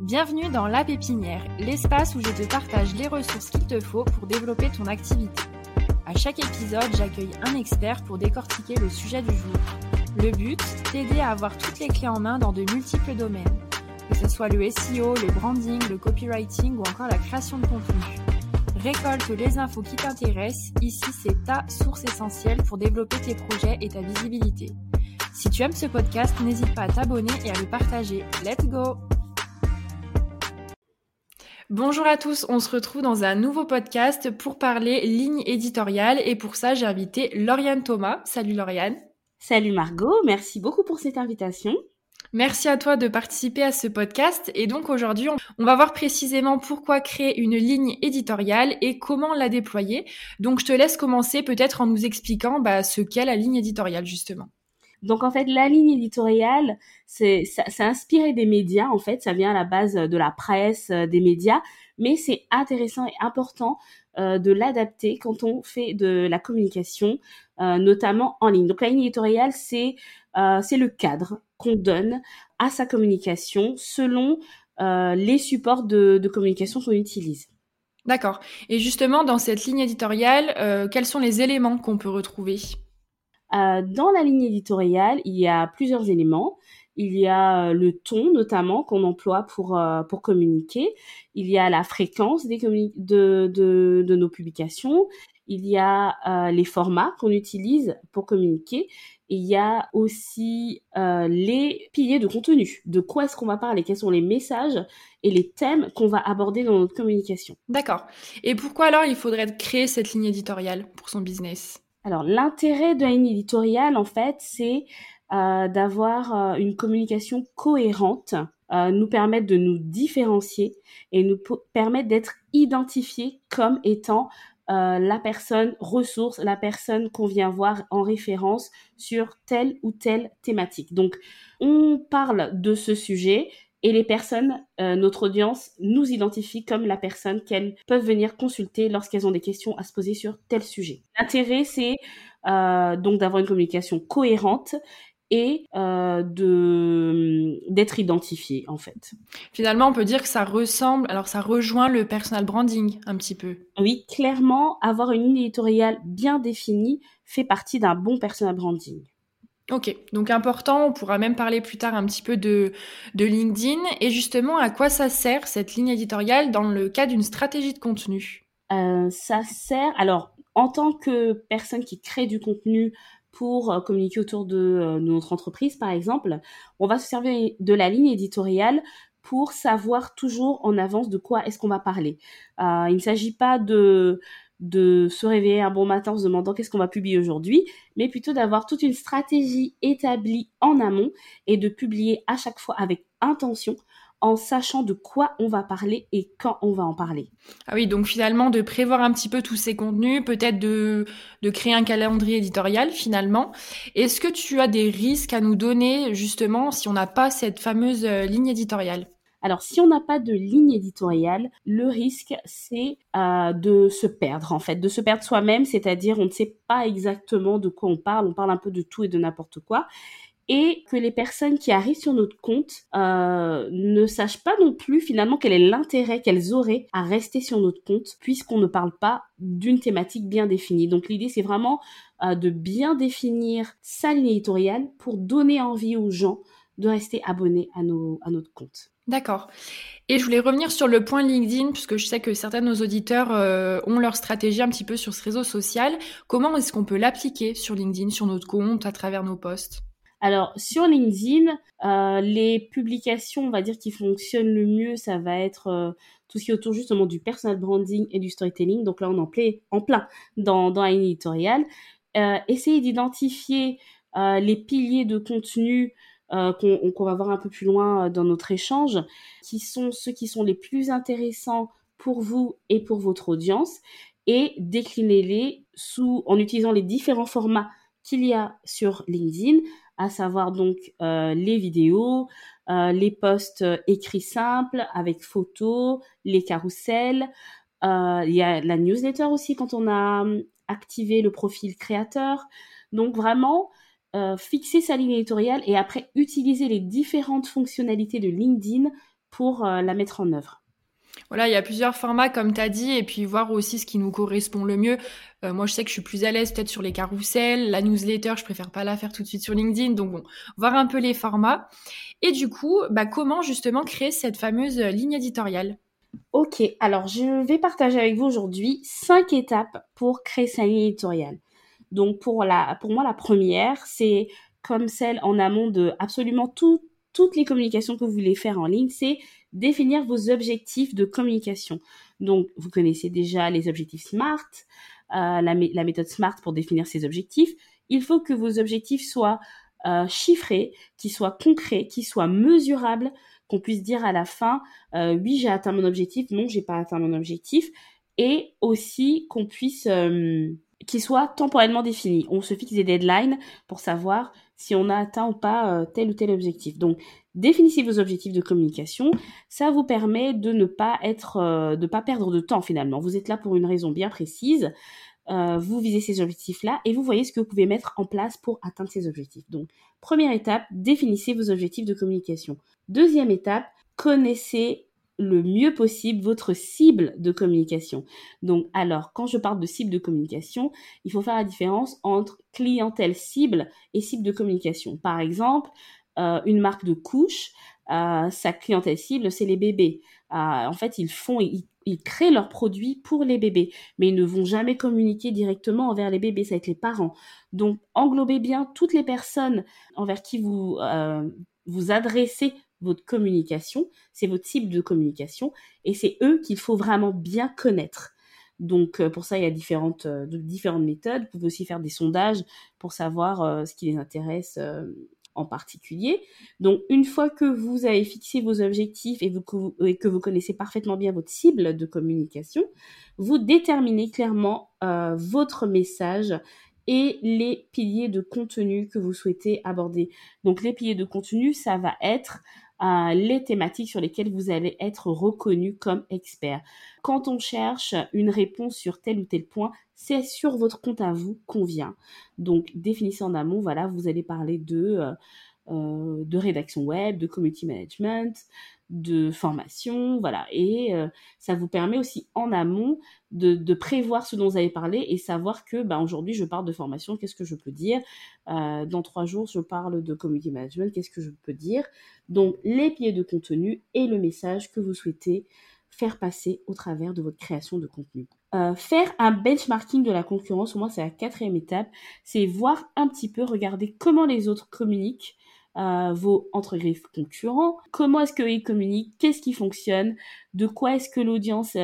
Bienvenue dans La Pépinière, l'espace où je te partage les ressources qu'il te faut pour développer ton activité. À chaque épisode, j'accueille un expert pour décortiquer le sujet du jour. Le but, t'aider à avoir toutes les clés en main dans de multiples domaines. Que ce soit le SEO, le branding, le copywriting ou encore la création de contenu. Récolte les infos qui t'intéressent, ici c'est ta source essentielle pour développer tes projets et ta visibilité. Si tu aimes ce podcast, n'hésite pas à t'abonner et à le partager. Let's go! Bonjour à tous, on se retrouve dans un nouveau podcast pour parler ligne éditoriale et pour ça j'ai invité Lauriane Thomas. Salut Lauriane. Salut Margot, merci beaucoup pour cette invitation. Merci à toi de participer à ce podcast et donc aujourd'hui on va voir précisément pourquoi créer une ligne éditoriale et comment la déployer. Donc je te laisse commencer peut-être en nous expliquant ce qu'est la ligne éditoriale justement. Donc en fait, la ligne éditoriale, c'est inspiré des médias, en fait, ça vient à la base de la presse, des médias, mais c'est intéressant et important de l'adapter quand on fait de la communication, notamment en ligne. Donc la ligne éditoriale, c'est le cadre qu'on donne à sa communication selon les supports de communication qu'on utilise. D'accord. Et justement, dans cette ligne éditoriale, quels sont les éléments qu'on peut retrouver ? Dans la ligne éditoriale, il y a plusieurs éléments. Il y a le ton, notamment, qu'on emploie pour communiquer. Il y a la fréquence de nos publications. Il y a les formats qu'on utilise pour communiquer. Et il y a aussi les piliers de contenu. De quoi est-ce qu'on va parler? Quels sont les messages et les thèmes qu'on va aborder dans notre communication? D'accord. Et pourquoi alors il faudrait créer cette ligne éditoriale pour son business ? Alors, l'intérêt de la ligne éditoriale, en fait, c'est d'avoir une communication cohérente, nous permettre de nous différencier et nous permettre d'être identifiés comme étant la personne ressource, la personne qu'on vient voir en référence sur telle ou telle thématique. Donc, on parle de ce sujet et les personnes, notre audience, nous identifie comme la personne qu'elles peuvent venir consulter lorsqu'elles ont des questions à se poser sur tel sujet. L'intérêt, c'est donc d'avoir une communication cohérente et d'être identifié, en fait. Finalement, on peut dire que ça rejoint le personal branding un petit peu. Oui, clairement, avoir une ligne éditoriale bien définie fait partie d'un bon personal branding. Ok, donc important, on pourra même parler plus tard un petit peu de LinkedIn. Et justement, à quoi ça sert cette ligne éditoriale dans le cas d'une stratégie de contenu ? Ça sert, alors, en tant que personne qui crée du contenu pour communiquer autour de notre entreprise, par exemple, on va se servir de la ligne éditoriale pour savoir toujours en avance de quoi est-ce qu'on va parler. Il ne s'agit pas de se réveiller un bon matin en se demandant qu'est-ce qu'on va publier aujourd'hui, mais plutôt d'avoir toute une stratégie établie en amont et de publier à chaque fois avec intention, en sachant de quoi on va parler et quand on va en parler. Ah oui, donc finalement de prévoir un petit peu tous ces contenus, peut-être de créer un calendrier éditorial finalement. Est-ce que tu as des risques à nous donner justement si on n'a pas cette fameuse ligne éditoriale ? Alors, si on n'a pas de ligne éditoriale, le risque, c'est de se perdre, en fait, de se perdre soi-même, c'est-à-dire on ne sait pas exactement de quoi on parle un peu de tout et de n'importe quoi, et que les personnes qui arrivent sur notre compte ne sachent pas non plus finalement quel est l'intérêt qu'elles auraient à rester sur notre compte, puisqu'on ne parle pas d'une thématique bien définie. Donc l'idée, c'est vraiment de bien définir sa ligne éditoriale pour donner envie aux gens de rester abonnés à notre compte. D'accord. Et je voulais revenir sur le point LinkedIn, puisque je sais que certains de nos auditeurs ont leur stratégie un petit peu sur ce réseau social. Comment est-ce qu'on peut l'appliquer sur LinkedIn, sur notre compte, à travers nos posts ? Alors, sur LinkedIn, les publications, on va dire, qui fonctionnent le mieux, ça va être tout ce qui est autour justement du personal branding et du storytelling. Donc là, on est en plein dans la ligne éditoriale. Essayer d'identifier les piliers de contenu qu'on va voir un peu plus loin dans notre échange, qui sont ceux qui sont les plus intéressants pour vous et pour votre audience, et déclinez-les en utilisant les différents formats qu'il y a sur LinkedIn, à savoir donc les vidéos, les posts écrits simples avec photos, les carousels. Il y a la newsletter aussi quand on a activé le profil créateur. Donc vraiment, fixer sa ligne éditoriale et après utiliser les différentes fonctionnalités de LinkedIn pour la mettre en œuvre. Voilà, il y a plusieurs formats, comme tu as dit, et puis voir aussi ce qui nous correspond le mieux. Moi, je sais que je suis plus à l'aise peut-être sur les carousels, la newsletter, je préfère pas la faire tout de suite sur LinkedIn. Donc bon, voir un peu les formats. Et du coup, comment justement créer cette fameuse ligne éditoriale ? Ok, alors je vais partager avec vous aujourd'hui 5 étapes pour créer sa ligne éditoriale. Donc pour moi, la première, c'est comme celle en amont de absolument toutes les communications que vous voulez faire en ligne, c'est définir vos objectifs de communication. Donc vous connaissez déjà les objectifs SMART, la méthode SMART pour définir ces objectifs. Il faut que vos objectifs soient chiffrés, qu'ils soient concrets, qu'ils soient mesurables, qu'on puisse dire à la fin, oui, j'ai atteint mon objectif, non, j'ai pas atteint mon objectif, et aussi qu'on puisse, qu'il soit temporellement défini. On se fixe des deadlines pour savoir si on a atteint ou pas tel ou tel objectif. Donc, définissez vos objectifs de communication. Ça vous permet de ne pas perdre de temps finalement. Vous êtes là pour une raison bien précise. Vous visez ces objectifs-là et vous voyez ce que vous pouvez mettre en place pour atteindre ces objectifs. Donc, première étape, définissez vos objectifs de communication. Deuxième étape, connaissez le mieux possible votre cible de communication. Donc, alors, quand je parle de cible de communication, il faut faire la différence entre clientèle cible et cible de communication. Par exemple, une marque de couches, sa clientèle cible, c'est les bébés. En fait, ils créent leurs produits pour les bébés, mais ils ne vont jamais communiquer directement envers les bébés, ça va être les parents. Donc, englobez bien toutes les personnes envers qui vous adressez votre communication, c'est votre cible de communication, et c'est eux qu'il faut vraiment bien connaître. Donc, pour ça, il y a différentes méthodes. Vous pouvez aussi faire des sondages pour savoir ce qui les intéresse en particulier. Donc, une fois que vous avez fixé vos objectifs et que vous connaissez parfaitement bien votre cible de communication, vous déterminez clairement votre message et les piliers de contenu que vous souhaitez aborder. Donc, les piliers de contenu, ça va être les thématiques sur lesquelles vous allez être reconnu comme expert. Quand on cherche une réponse sur tel ou tel point, c'est sur votre compte à vous qu'on vient. Donc, définissez en amont, voilà, vous allez parler de rédaction web, de community management, de formation, voilà. Et ça vous permet aussi en amont de prévoir ce dont vous allez parler et savoir que aujourd'hui, je parle de formation, qu'est-ce que je peux dire ? Dans 3 jours, je parle de community management, qu'est-ce que je peux dire ? Donc, les piliers de contenu et le message que vous souhaitez faire passer au travers de votre création de contenu. Faire un benchmarking de la concurrence, pour moi, c'est la 4e étape. C'est voir un petit peu, regarder comment les autres communiquent, vos entre-griffes concurrents, comment est-ce qu'ils communiquent, qu'est-ce qui fonctionne, de quoi est-ce que l'audience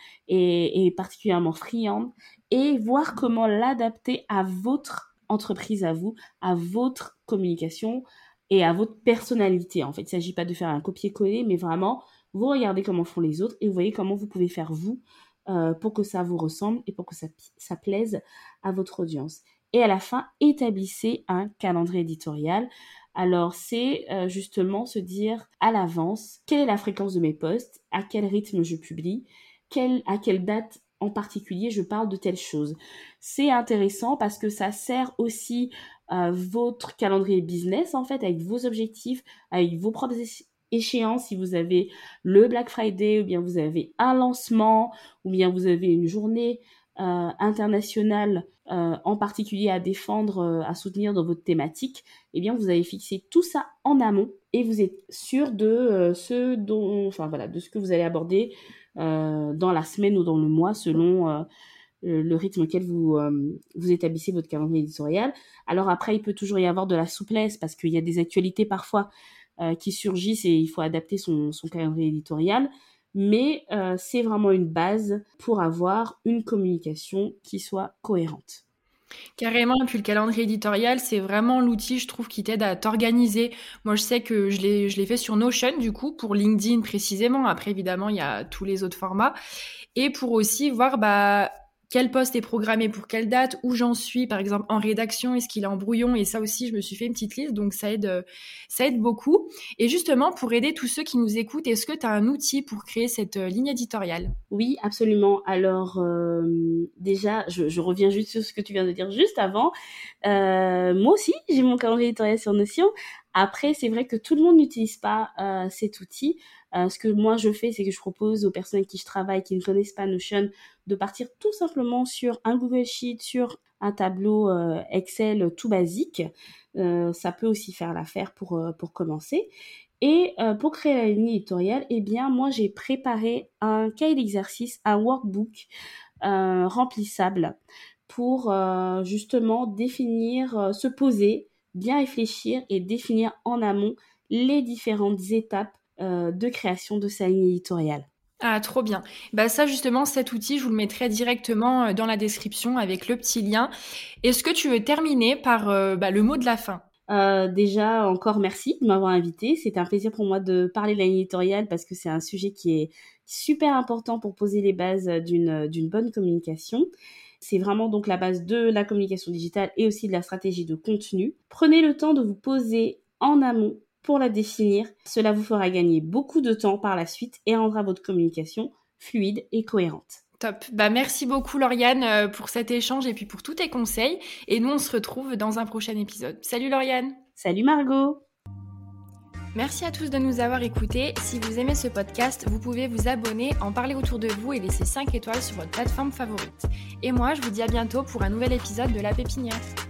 est particulièrement friande, et voir comment l'adapter à votre entreprise à vous, à votre communication et à votre personnalité. En fait, il ne s'agit pas de faire un copier-coller, mais vraiment, vous regardez comment font les autres et vous voyez comment vous pouvez faire vous pour que ça vous ressemble et pour que ça plaise à votre audience. Et à la fin, établissez un calendrier éditorial. Alors, c'est justement se dire à l'avance quelle est la fréquence de mes posts, à quel rythme je publie, à quelle date en particulier je parle de telle chose. C'est intéressant parce que ça sert aussi votre calendrier business, en fait, avec vos objectifs, avec vos propres échéances. Si vous avez le Black Friday, ou bien vous avez un lancement, ou bien vous avez une journée internationale en particulier à défendre, à soutenir dans votre thématique, eh bien vous avez fixé tout ça en amont et vous êtes sûr de de ce que vous allez aborder dans la semaine ou dans le mois selon le rythme auquel vous établissez votre calendrier éditorial. Alors après, il peut toujours y avoir de la souplesse parce qu'il y a des actualités parfois qui surgissent et il faut adapter son calendrier éditorial. Mais c'est vraiment une base pour avoir une communication qui soit cohérente. Carrément, et puis le calendrier éditorial, c'est vraiment l'outil, je trouve, qui t'aide à t'organiser. Moi, je sais que je l'ai fait sur Notion, du coup, pour LinkedIn précisément. Après, évidemment, il y a tous les autres formats. Et pour aussi voir quel poste est programmé pour quelle date, où j'en suis, par exemple, en rédaction, est-ce qu'il est en brouillon, et ça aussi, je me suis fait une petite liste, donc ça aide beaucoup. Et justement, pour aider tous ceux qui nous écoutent, est-ce que tu as un outil pour créer cette ligne éditoriale ? Oui, absolument. Alors, déjà, je reviens juste sur ce que tu viens de dire juste avant. Moi aussi, j'ai mon calendrier éditorial sur Notion. Après, c'est vrai que tout le monde n'utilise pas cet outil. Ce que moi je fais, c'est que je propose aux personnes avec qui je travaille, qui ne connaissent pas Notion, de partir tout simplement sur un Google Sheet, sur un tableau Excel tout basique. Ça peut aussi faire l'affaire pour commencer. Et pour créer la ligne éditoriale, eh bien, moi, j'ai préparé un cahier d'exercice, un workbook remplissable pour justement définir, se poser, bien réfléchir et définir en amont les différentes étapes de création de sa ligne éditoriale. Ah, trop bien. Bah ça, justement, cet outil, je vous le mettrai directement dans la description avec le petit lien. Est-ce que tu veux terminer par le mot de la fin? Déjà, encore merci de m'avoir invité. C'est un plaisir pour moi de parler de la ligne éditoriale parce que c'est un sujet qui est super important pour poser les bases d'une bonne communication. C'est vraiment donc la base de la communication digitale et aussi de la stratégie de contenu. Prenez le temps de vous poser en amont pour la définir. Cela vous fera gagner beaucoup de temps par la suite et rendra votre communication fluide et cohérente. Top. Bah, merci beaucoup Lauriane pour cet échange et puis pour tous tes conseils. Et nous, on se retrouve dans un prochain épisode. Salut Lauriane. Salut Margot. Merci à tous de nous avoir écoutés. Si vous aimez ce podcast, vous pouvez vous abonner, en parler autour de vous et laisser 5 étoiles sur votre plateforme favorite. Et moi, je vous dis à bientôt pour un nouvel épisode de La Pépinière.